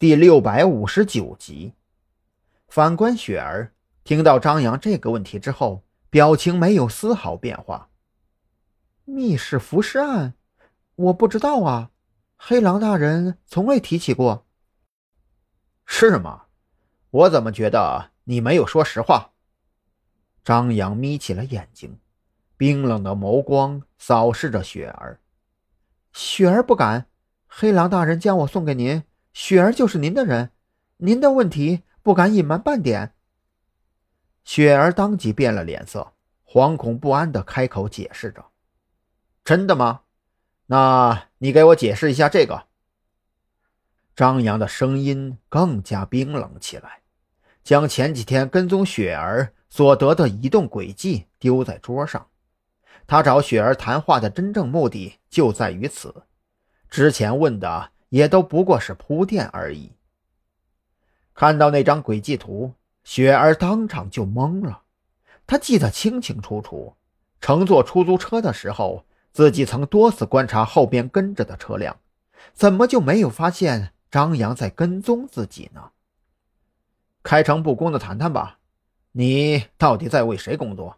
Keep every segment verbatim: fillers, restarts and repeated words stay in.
第六百五十九集。反观雪儿，听到张扬这个问题之后，表情没有丝毫变化。 密室浮尸案？我不知道啊，黑狼大人从未提起过。 是吗？我怎么觉得你没有说实话？张扬眯起了眼睛，冰冷的眸光扫视着雪儿。 雪儿不敢，黑狼大人将我送给您，雪儿就是您的人，您的问题不敢隐瞒半点。 雪儿当即变了脸色，惶恐不安地开口解释着。真的吗？那你给我解释一下这个。张扬的声音更加冰冷起来，将前几天跟踪雪儿所得的移动轨迹丢在桌上。他找雪儿谈话的真正目的就在于此，之前问的也都不过是铺垫而已。看到那张轨迹图，雪儿当场就懵了。她记得清清楚楚，乘坐出租车的时候，自己曾多次观察后边跟着的车辆，怎么就没有发现张扬在跟踪自己呢？开诚布公的谈谈吧，你到底在为谁工作？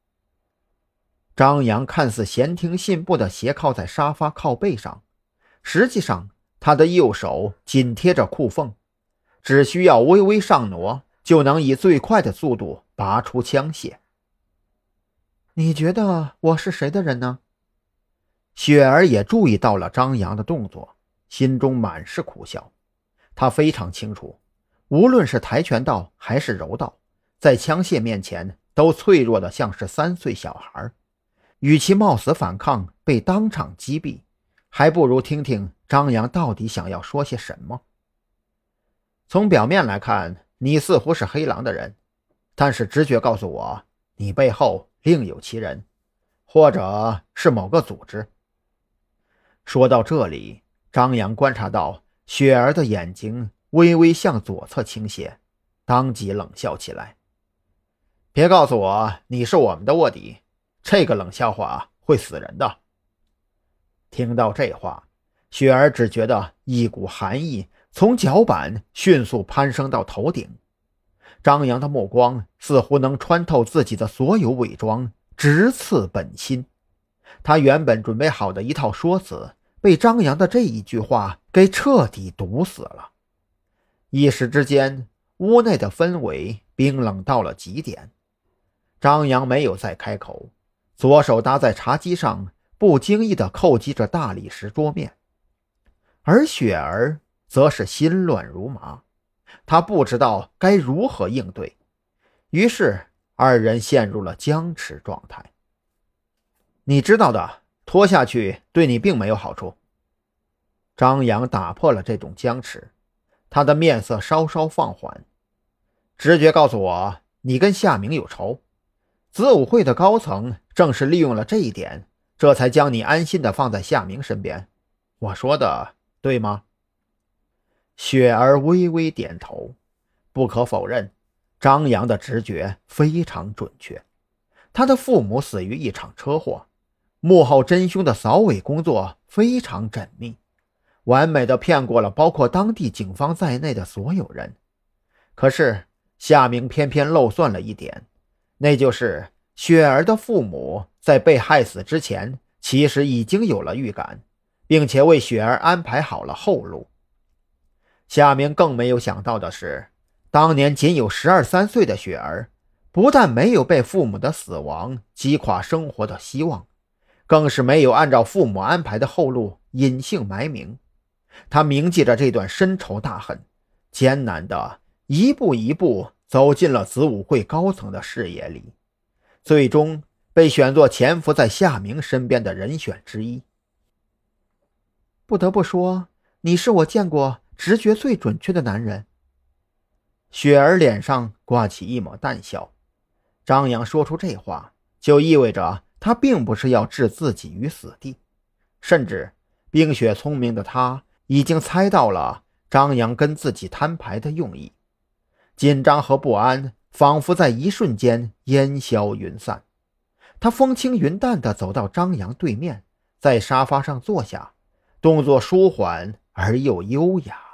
张扬看似闲庭信步地斜靠在沙发靠背上，实际上他的右手紧贴着裤缝，只需要微微上挪，就能以最快的速度拔出枪械。 你觉得我是谁的人呢？ 雪儿也注意到了张扬的动作，心中满是苦笑。他非常清楚，无论是跆拳道还是柔道，在枪械面前都脆弱的像是三岁小孩。与其冒死反抗被当场击毙，还不如听听张扬到底想要说些什么。从表面来看，你似乎是黑狼的人，但是直觉告诉我，你背后另有其人，或者是某个组织。说到这里，张扬观察到雪儿的眼睛微微向左侧倾斜，当即冷笑起来。别告诉我你是我们的卧底，这个冷笑话会死人的。听到这话，雪儿只觉得一股寒意从脚板迅速攀升到头顶。张扬的目光似乎能穿透自己的所有伪装，直刺本心。他原本准备好的一套说辞，被张扬的这一句话给彻底堵死了。一时之间，屋内的氛围冰冷到了极点。张扬没有再开口，左手搭在茶几上，不经意地叩击着大理石桌面。而雪儿则是心乱如麻，她不知道该如何应对，于是二人陷入了僵持状态。你知道的，拖下去对你并没有好处。张扬打破了这种僵持，他的面色稍稍放缓。直觉告诉我，你跟夏明有仇，子午会的高层正是利用了这一点，这才将你安心地放在夏明身边。我说的对吗？雪儿微微点头。不可否认，张扬的直觉非常准确。他的父母死于一场车祸，幕后真凶的扫尾工作非常缜密，完美地骗过了包括当地警方在内的所有人。可是夏明偏偏漏算了一点，那就是雪儿的父母在被害死之前其实已经有了预感，并且为雪儿安排好了后路。夏明更没有想到的是，当年仅有十二三岁的雪儿不但没有被父母的死亡击垮生活的希望，更是没有按照父母安排的后路隐姓埋名。他铭记着这段深仇大恨，艰难地一步一步走进了子午会高层的视野里，最终被选作潜伏在夏明身边的人选之一。 不得不说，你是我见过直觉最准确的男人。 雪儿脸上挂起一抹淡笑。张扬说出这话，就意味着他并不是要置自己于死地，甚至冰雪聪明的他已经猜到了张扬跟自己摊牌的用意。紧张和不安仿佛在一瞬间烟消云散。他风轻云淡地走到张扬对面，在沙发上坐下，动作舒缓而又优雅。